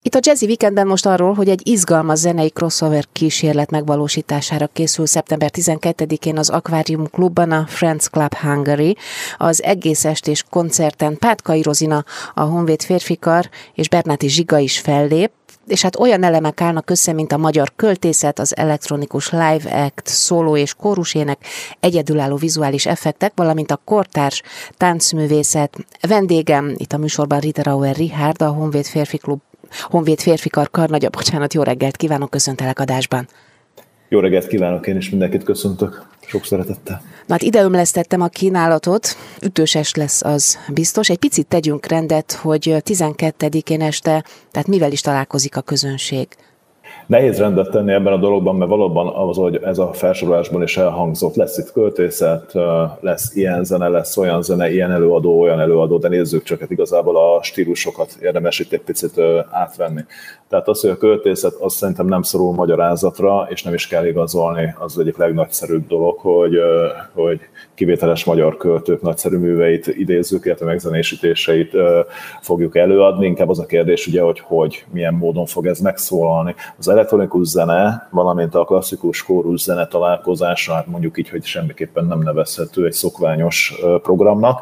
Itt a Jazzy Weekendben most arról, hogy egy izgalmas zenei crossover kísérlet megvalósítására készül szeptember 12-én az Akvárium Klubban, a Friends Club Hungary. Az egész estés koncerten Pátkai Rozina, a Honvéd Férfikar és Bernáti Zsiga is fellép, és hát olyan elemek állnak össze, mint a magyar költészet, az elektronikus live act, szóló és kórusének, egyedülálló vizuális effektek, valamint a kortárs táncművészet. Vendégem itt a műsorban Ritterauer Richárd, a Honvéd Férfikar karnagya. Bocsánat, jó reggelt kívánok, köszöntelek adásban. Jó reggelt kívánok, én is mindenkit köszöntök, sok szeretettel. Na hát ideömlesztettem a kínálatot, ütőses lesz az biztos. Egy picit tegyünk rendet, hogy 12-én este, tehát mivel is találkozik a közönség? Nehéz rendet tenni ebben a dologban, mert valóban az, hogy ez a felsorolásban is elhangzott, lesz itt költészet, lesz ilyen zene, lesz olyan zene, ilyen előadó, olyan előadó, de nézzük csak, hát igazából a stílusokat érdemes itt egy picit átvenni. Tehát az, hogy a költészet, azt szerintem nem szorul magyarázatra, és nem is kell igazolni, az egyik legnagyszerűbb dolog, hogy kivételes magyar költők nagyszerű műveit idézzük, illetve megzenésítéseit fogjuk előadni. Inkább az a kérdés, ugye, hogy milyen módon fog ez megszólalni. Az elektronikus zene, valamint a klasszikus kórus zene találkozása, hát mondjuk így, hogy semmiképpen nem nevezhető egy szokványos programnak,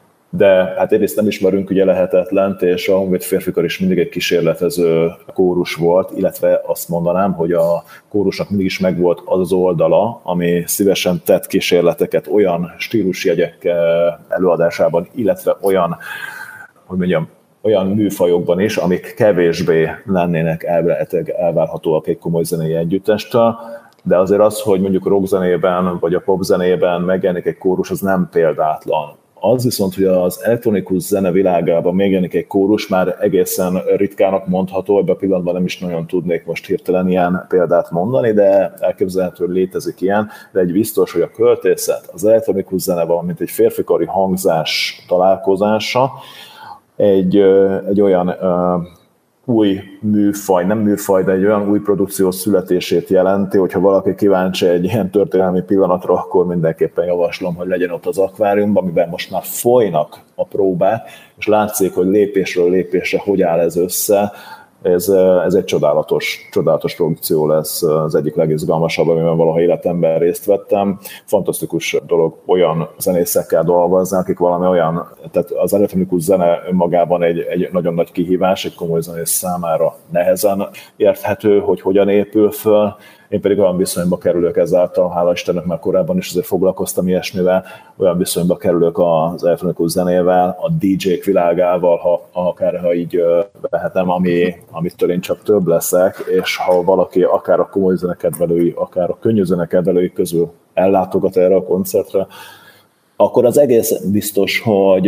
de hát egyrészt nem ismerünk ugye lehetetlent, és a Honvéd Férfikar is mindig egy kísérletező kórus volt, illetve azt mondanám, hogy a kórusnak mindig is megvolt az az oldala, ami szívesen tett kísérleteket olyan stílusjegyek előadásában, illetve olyan, hogy mondjam, olyan műfajokban is, amik kevésbé lennének elvárhatóak egy komoly zenei együttestől, de azért az, hogy mondjuk rockzenében vagy a popzenében megjelenik egy kórus, az nem példátlan. Az viszont, hogy az elektronikus zene világában megjelenik egy kórus, már egészen ritkának mondható, ebben a pillanatban nem is nagyon tudnék most hirtelen ilyen példát mondani, de elképzelhető, hogy létezik ilyen, de egy biztos, hogy a költészet, az elektronikus zene, valamint egy férfikari hangzás találkozása, egy olyan új műfaj, nem műfaj, de egy olyan új produkció születését jelenti, hogyha valaki kíváncsi egy ilyen történelmi pillanatra, akkor mindenképpen javaslom, hogy legyen ott az akváriumban, amiben most már folynak a próbák, és látszik, hogy lépésről lépésre hogy áll ez össze. Ez egy csodálatos produkció lesz, az egyik legizgalmasabb, amiben valaha életemben részt vettem. Fantasztikus dolog olyan zenészekkel dolgozni, akik valami olyan, tehát az elektronikus zene magában egy nagyon nagy kihívás, egy komoly zenész számára nehezen érthető, hogy hogyan épül föl. Én pedig olyan viszonyba kerülök ezáltal, hála Istennek már korábban is azért foglalkoztam ilyesmivel, olyan viszonyba kerülök az elektronikus zenével, a DJ-k világával, ha így vehetem, amitől én csak több leszek, és ha valaki akár a komoly zenekedvelői, akár a könnyű zenekedvelői közül ellátogat erre a koncertre, akkor az egész biztos,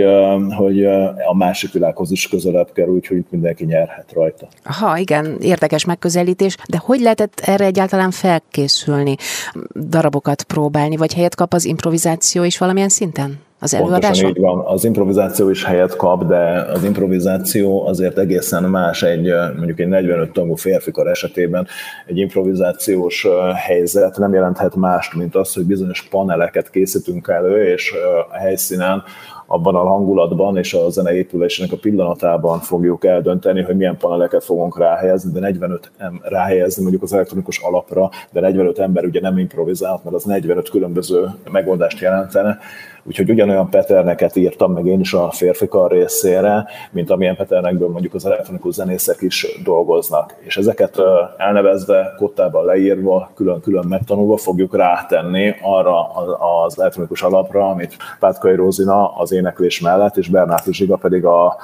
hogy a másik világhoz is közelebb kerül, úgyhogy mindenki nyerhet rajta. Aha, igen, érdekes megközelítés, de hogy lehetett erre egyáltalán felkészülni, darabokat próbálni, vagy helyet kap az improvizáció is valamilyen szinten? Az előadáson? Pontosan így van. Az improvizáció is helyet kap, de az improvizáció azért egészen más mondjuk egy 45 tagú férfikar esetében egy improvizációs helyzet nem jelenthet mást, mint az, hogy bizonyos paneleket készítünk elő, és a helyszínen abban a hangulatban és a zene épülésének a pillanatában fogjuk eldönteni, hogy milyen paneleket fogunk ráhelyezni, de 45 ráhelyezni mondjuk az elektronikus alapra, de 45 ember ugye nem improvizálhat, mert az 45 különböző megoldást jelentene. Úgyhogy ugyanolyan patterneket írtam meg én is a férfikar részére, mint amilyen patternekből mondjuk az elektronikus zenészek is dolgoznak. És ezeket elnevezve, kottában leírva, külön-külön megtanulva fogjuk rátenni arra az elektronikus alapra, amit Pátkai Rozina az éneklés mellett, és Bernáti Zsiga pedig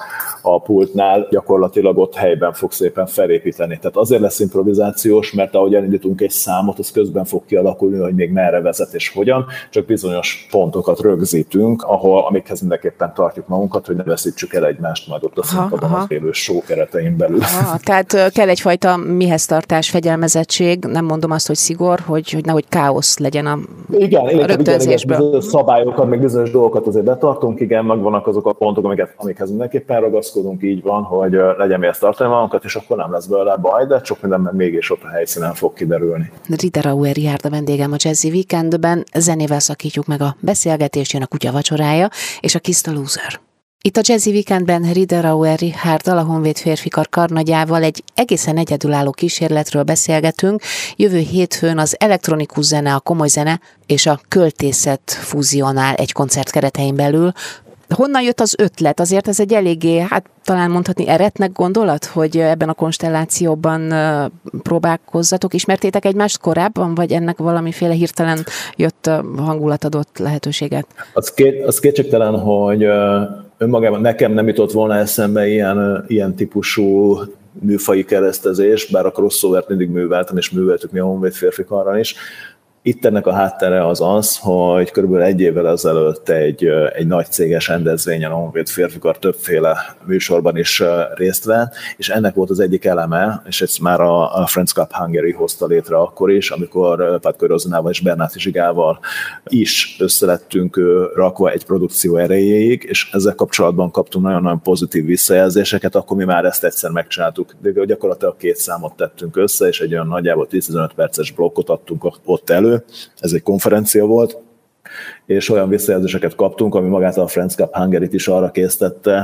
a pultnál gyakorlatilag ott helyben fog szépen felépíteni. Tehát azért lesz improvizációs, mert ahogy elindítunk egy számot, az közben fog kialakulni, hogy még merre vezet és hogyan, csak bizonyos pontokat rögzítünk, amikhez mindenképpen tartjuk magunkat, hogy ne veszítsük el egymást majd ott a színpadon az élő show keretein belül. Tehát kell egyfajta mihez tartás, fegyelmezettség, nem mondom azt, hogy szigor, hogy nehogy káosz legyen a rögtönzésből. Igen, szabályokat, meg bizonyos dolgokat azért betartunk, igen, megvannak azok a pontok, amikhez mindenképpen ragaszkodunk, így van, hogy legyen mihez tartani magunkat, és akkor nem lesz belőle baj, de sok minden mégis ott a helyszínen fog kiderülni. Ritterauer Richárd a vendégem a Jazzy Weekendben, zenével szakítjuk meg a beszélgetést, jön a kutya vacsorája és a Kiss the Loser. Itt a Jazzy Weekendben Riederauer Richárddal, a Honvéd férfikar karnagyával egy egészen egyedülálló kísérletről beszélgetünk. Jövő hétfőn az elektronikus zene, a komoly zene és a költészet fúzionál egy koncert keretein belül. Honnan jött az ötlet? Azért ez egy eléggé, talán mondhatni eretnek gondolat, hogy ebben a konstellációban próbálkozzatok. Ismertétek egymást korábban, vagy ennek valamiféle hirtelen jött hangulat adott lehetőséget? Az kétségtelen, hogy önmagában nekem nem jutott volna eszembe ilyen típusú műfaji keresztezés, bár a crossovert mindig műveltem, és műveltük mi a Honvéd férfikarral is. Itt ennek a háttere az, hogy körülbelül 1 évvel ezelőtt egy nagy céges rendezvényen a Honvéd férfikar többféle műsorban is részt vett, és ennek volt az egyik eleme, és ezt már a Friends Club Hungary hozta létre akkor is, amikor Pátkai Rozinával és Bernáti Zsigával is összelettünk rakva egy produkció erejéig, és ezzel kapcsolatban kaptunk nagyon-nagyon pozitív visszajelzéseket, akkor mi már ezt egyszer megcsináltuk, de gyakorlatilag 2 számot tettünk össze, és egy olyan nagyjából 10-15 perces blokkot adtunk ott elő. Ez egy konferencia volt, és olyan visszajelzéseket kaptunk, ami magát a Friends Club Hungary-t is arra késztette,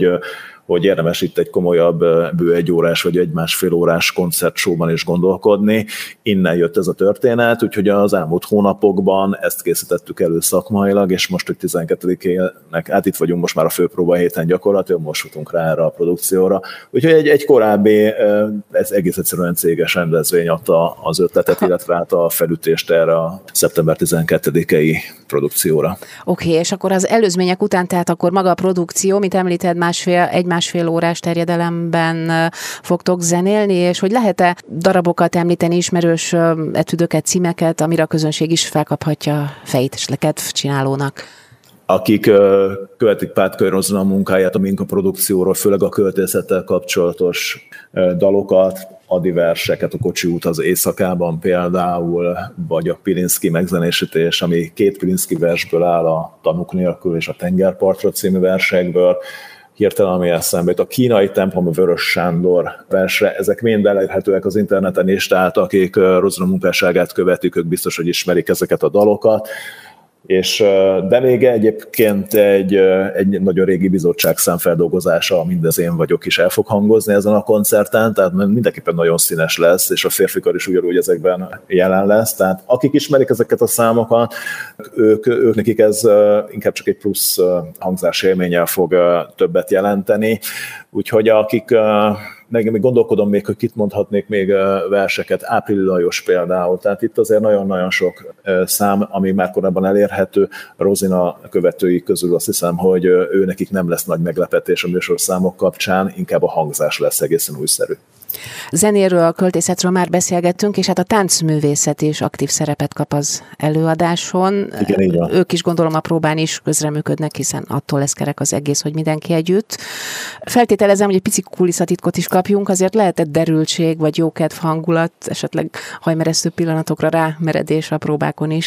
hogy érdemes itt egy komolyabb, bő 1 órás vagy 1,5 órás koncertsóban is gondolkodni. Innen jött ez a történet, úgyhogy az elmúlt hónapokban ezt készítettük elő szakmailag, és most, hogy 12-ének, itt vagyunk most már a főpróba héten gyakorlatilag, most jutunk rá erre a produkcióra. Úgyhogy egy korábbi, ez egész egyszerűen céges rendezvény adta az ötletet, illetve a felütést erre a szeptember 12-i produkcióra. Oké, és akkor az előzmények után, tehát akkor maga a produkció, mint említed, 1,5 órás terjedelemben fogtok zenélni, és hogy lehet-e darabokat említeni, ismerős etüdöket, címeket, amire a közönség is felkaphatja fejét, és kedvcsinálónak? Akik követik Pátkai Rozina munkáját a Minka produkcióról, főleg a költészettel kapcsolatos dalokat, Adi verseket, a Kocsi út az éjszakában például, vagy a Pilinszky megzenésítés, ami 2 Pilinszky versből áll, a Tanúk nélkül és a Tengerpartra című versekből, hirtelen ami eszembe jut, a Kínai templom, a Vörös Sándor verse, ezek mind elérhetőek az interneten is, tehát akik Rozina munkásságát követik, ők biztos, hogy ismerik ezeket a dalokat. De még egyébként egy nagyon régi bizottság számfeldolgozása, Mindez én vagyok is el fog hangozni ezen a koncerten, tehát mindenképpen nagyon színes lesz, és a férfikar is ugyanúgy ezekben jelen lesz, tehát akik ismerik ezeket a számokat, ők nekik ez inkább csak egy plusz hangzás élménnyel fog többet jelenteni, úgyhogy akik még gondolkodom még, hogy kit mondhatnék még verseket, Áprili Lajos például, tehát itt azért nagyon-nagyon sok szám, ami már korábban elérhető, Rozina követői közül azt hiszem, hogy ő nekik nem lesz nagy meglepetés a műsorszámok kapcsán, inkább a hangzás lesz egészen újszerű. Zenéről, a költészetről már beszélgettünk, és hát a táncművészet is aktív szerepet kap az előadáson. Igen, így van. Ők is gondolom a próbán is közreműködnek, hiszen attól lesz kerek az egész, hogy mindenki együtt. Feltételezem, hogy egy pici kulisszatitkot is kapjunk, azért lehetett derültség, vagy jókedv hangulat, esetleg hajmeresztő pillanatokra rámeredés a próbákon is.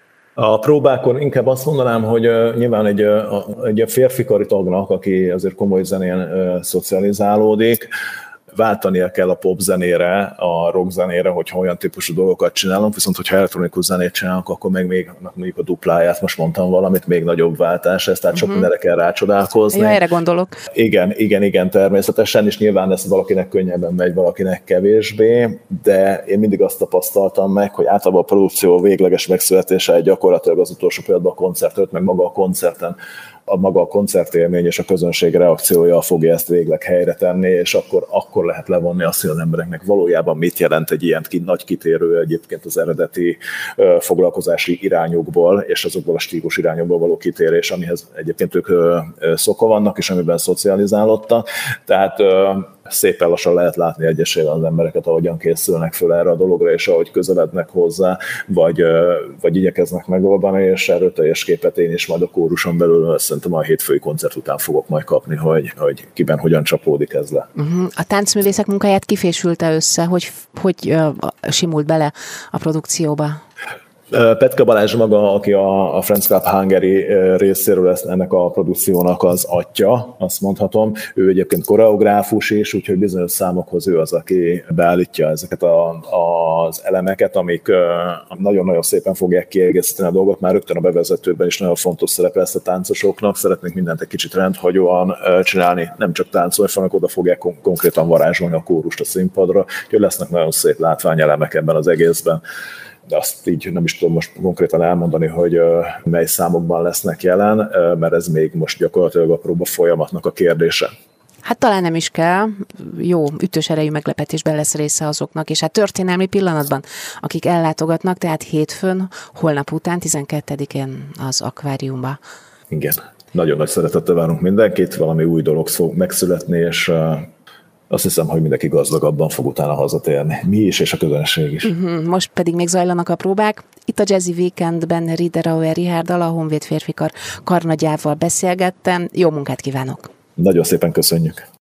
A próbákon inkább azt mondanám, hogy nyilván egy férfikari tagnak, aki azért komoly zenén szocializálódik, váltania kell a popzenére, a rockzenére, hogyha olyan típusú dolgokat csinálunk, viszont hogyha elektronikus zenét csinálunk, akkor meg még mondjuk a dupláját, most mondtam valamit, még nagyobb váltás ez, tehát sok mindenre kell rácsodálkozni. Ja, erre gondolok. Igen, természetesen, és nyilván ez valakinek könnyebben megy, valakinek kevésbé, de én mindig azt tapasztaltam meg, hogy általában a produkció végleges megszületése gyakorlatilag az utolsó pillanatban a koncertet, meg maga a koncerten maga a koncertélmény és a közönség reakciója fogja ezt végleg helyre tenni, és akkor lehet levonni azt, hogy az embereknek valójában mit jelent egy ilyen nagy kitérő egyébként az eredeti foglalkozási irányokból, és azokból a stílus irányokból való kitérés, amihez egyébként ők szokva vannak, és amiben szocializálódtak. Tehát szépen lassan lehet látni egyesével az embereket, ahogyan készülnek föl erre a dologra, és ahogy közelednek hozzá, vagy igyekeznek megoldani, és erről teljes képet én is majd a kóruson belül szerintem a hétfői koncert után fogok majd kapni, hogy kiben hogyan csapódik ez le. A táncművészek munkáját kifésülte össze, hogy simult bele a produkcióba? Petke Balázs maga, aki a Friends Club Hungary részéről lesz ennek a produkciónak az atya, azt mondhatom. Ő egyébként koreográfus is, úgyhogy bizonyos számokhoz ő az, aki beállítja ezeket az elemeket, amik nagyon-nagyon szépen fogják kiegészíteni a dolgot. Már rögtön a bevezetőben is nagyon fontos szerepe lesz a táncosoknak. Szeretnénk mindent egy kicsit rendhagyóan csinálni, nem csak táncolni, hanem oda fogják konkrétan varázsolni a kórust a színpadra, úgyhogy lesznek nagyon szép látványelemek ebben az egészben. De azt így nem is tudom most konkrétan elmondani, hogy mely számokban lesznek jelen, mert ez még most gyakorlatilag a próba folyamatnak a kérdése. Hát talán nem is kell, jó, ütős erejű meglepetésben lesz része azoknak, és hát történelmi pillanatban, akik ellátogatnak, tehát hétfőn, holnap után, 12-én az akváriumba. Igen, nagyon nagy szeretettel várunk mindenkit, valami új dolog fog megszületni, és azt hiszem, hogy mindenki gazdagabban fog utána hazatérni. Mi is, és a közönség is. Most pedig még zajlanak a próbák. Itt a Jazzy Weekendben Riederauer Richárddal, a Honvéd férfikar karnagyával beszélgettem. Jó munkát kívánok! Nagyon szépen köszönjük!